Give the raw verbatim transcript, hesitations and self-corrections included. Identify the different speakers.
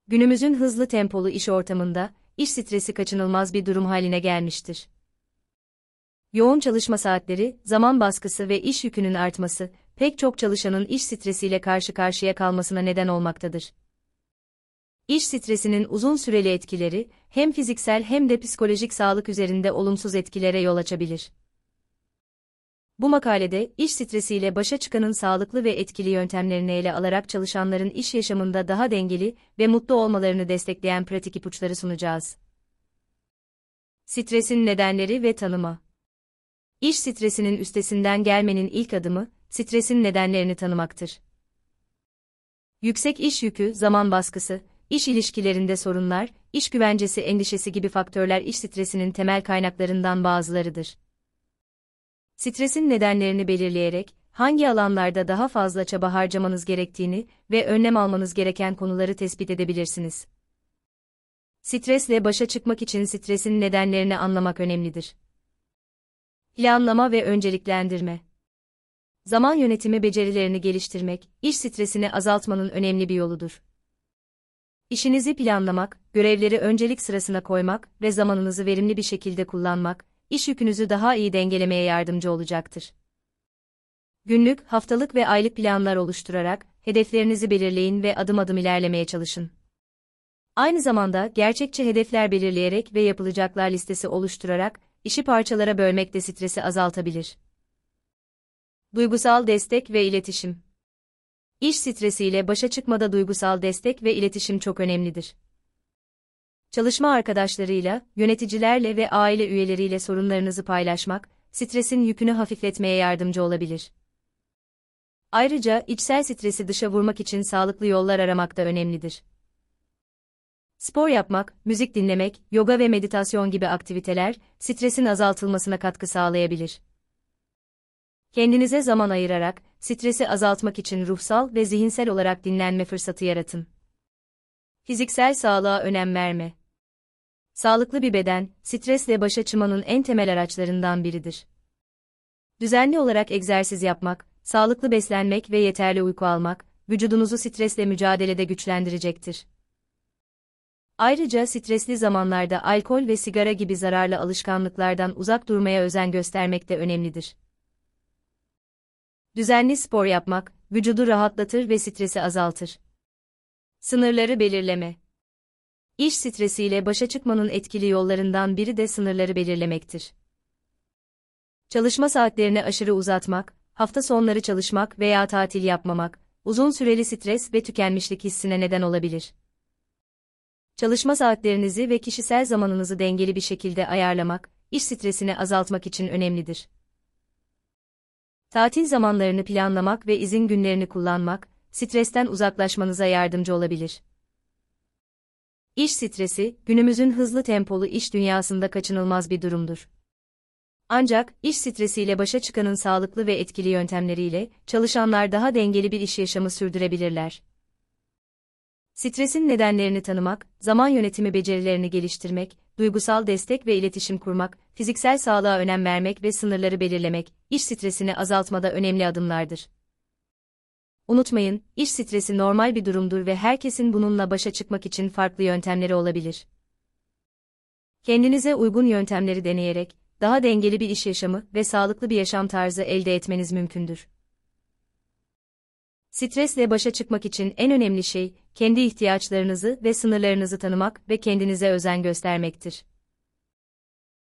Speaker 1: Günümüzün hızlı tempolu iş ortamında, iş stresi kaçınılmaz bir durum haline gelmiştir. Yoğun çalışma saatleri, zaman baskısı ve iş yükünün artması, pek çok çalışanın iş stresiyle karşı karşıya kalmasına neden olmaktadır. İş stresinin uzun süreli etkileri, hem fiziksel hem de psikolojik sağlık üzerinde olumsuz etkilere yol açabilir. Bu makalede, iş stresiyle başa çıkanın sağlıklı ve etkili yöntemlerini ele alarak çalışanların iş yaşamında daha dengeli ve mutlu olmalarını destekleyen pratik ipuçları sunacağız. Stresin nedenleri ve tanımı. İş stresinin üstesinden gelmenin ilk adımı, stresin nedenlerini tanımaktır. Yüksek iş yükü, zaman baskısı, iş ilişkilerinde sorunlar, iş güvencesi endişesi gibi faktörler iş stresinin temel kaynaklarından bazılarıdır. Stresin nedenlerini belirleyerek, hangi alanlarda daha fazla çaba harcamanız gerektiğini ve önlem almanız gereken konuları tespit edebilirsiniz. Stresle başa çıkmak için stresin nedenlerini anlamak önemlidir. Planlama ve önceliklendirme. Zaman yönetimi becerilerini geliştirmek, iş stresini azaltmanın önemli bir yoludur. İşinizi planlamak, görevleri öncelik sırasına koymak ve zamanınızı verimli bir şekilde kullanmak, iş yükünüzü daha iyi dengelemeye yardımcı olacaktır. Günlük, haftalık ve aylık planlar oluşturarak, hedeflerinizi belirleyin ve adım adım ilerlemeye çalışın. Aynı zamanda, gerçekçi hedefler belirleyerek ve yapılacaklar listesi oluşturarak, işi parçalara bölmek de stresi azaltabilir. Duygusal destek ve iletişim. İş stresiyle başa çıkmada duygusal destek ve iletişim çok önemlidir. Çalışma arkadaşlarıyla, yöneticilerle ve aile üyeleriyle sorunlarınızı paylaşmak, stresin yükünü hafifletmeye yardımcı olabilir. Ayrıca, içsel stresi dışa vurmak için sağlıklı yollar aramak da önemlidir. Spor yapmak, müzik dinlemek, yoga ve meditasyon gibi aktiviteler, stresin azaltılmasına katkı sağlayabilir. Kendinize zaman ayırarak, stresi azaltmak için ruhsal ve zihinsel olarak dinlenme fırsatı yaratın. Fiziksel sağlığa önem verme. Sağlıklı bir beden, stresle başa çıkmanın en temel araçlarından biridir. Düzenli olarak egzersiz yapmak, sağlıklı beslenmek ve yeterli uyku almak, vücudunuzu stresle mücadelede güçlendirecektir. Ayrıca stresli zamanlarda alkol ve sigara gibi zararlı alışkanlıklardan uzak durmaya özen göstermek de önemlidir. Düzenli spor yapmak, vücudu rahatlatır ve stresi azaltır. Sınırları belirleme. İş stresiyle başa çıkmanın etkili yollarından biri de sınırları belirlemektir. Çalışma saatlerini aşırı uzatmak, hafta sonları çalışmak veya tatil yapmamak, uzun süreli stres ve tükenmişlik hissine neden olabilir. Çalışma saatlerinizi ve kişisel zamanınızı dengeli bir şekilde ayarlamak, iş stresini azaltmak için önemlidir. Tatil zamanlarını planlamak ve izin günlerini kullanmak, stresten uzaklaşmanıza yardımcı olabilir. İş stresi, günümüzün hızlı tempolu iş dünyasında kaçınılmaz bir durumdur. Ancak, iş stresiyle başa çıkanın sağlıklı ve etkili yöntemleriyle, çalışanlar daha dengeli bir iş yaşamı sürdürebilirler. Stresin nedenlerini tanımak, zaman yönetimi becerilerini geliştirmek, duygusal destek ve iletişim kurmak, fiziksel sağlığa önem vermek ve sınırları belirlemek, iş stresini azaltmada önemli adımlardır. Unutmayın, iş stresi normal bir durumdur ve herkesin bununla başa çıkmak için farklı yöntemleri olabilir. Kendinize uygun yöntemleri deneyerek, daha dengeli bir iş yaşamı ve sağlıklı bir yaşam tarzı elde etmeniz mümkündür. Stresle başa çıkmak için en önemli şey, kendi ihtiyaçlarınızı ve sınırlarınızı tanımak ve kendinize özen göstermektir.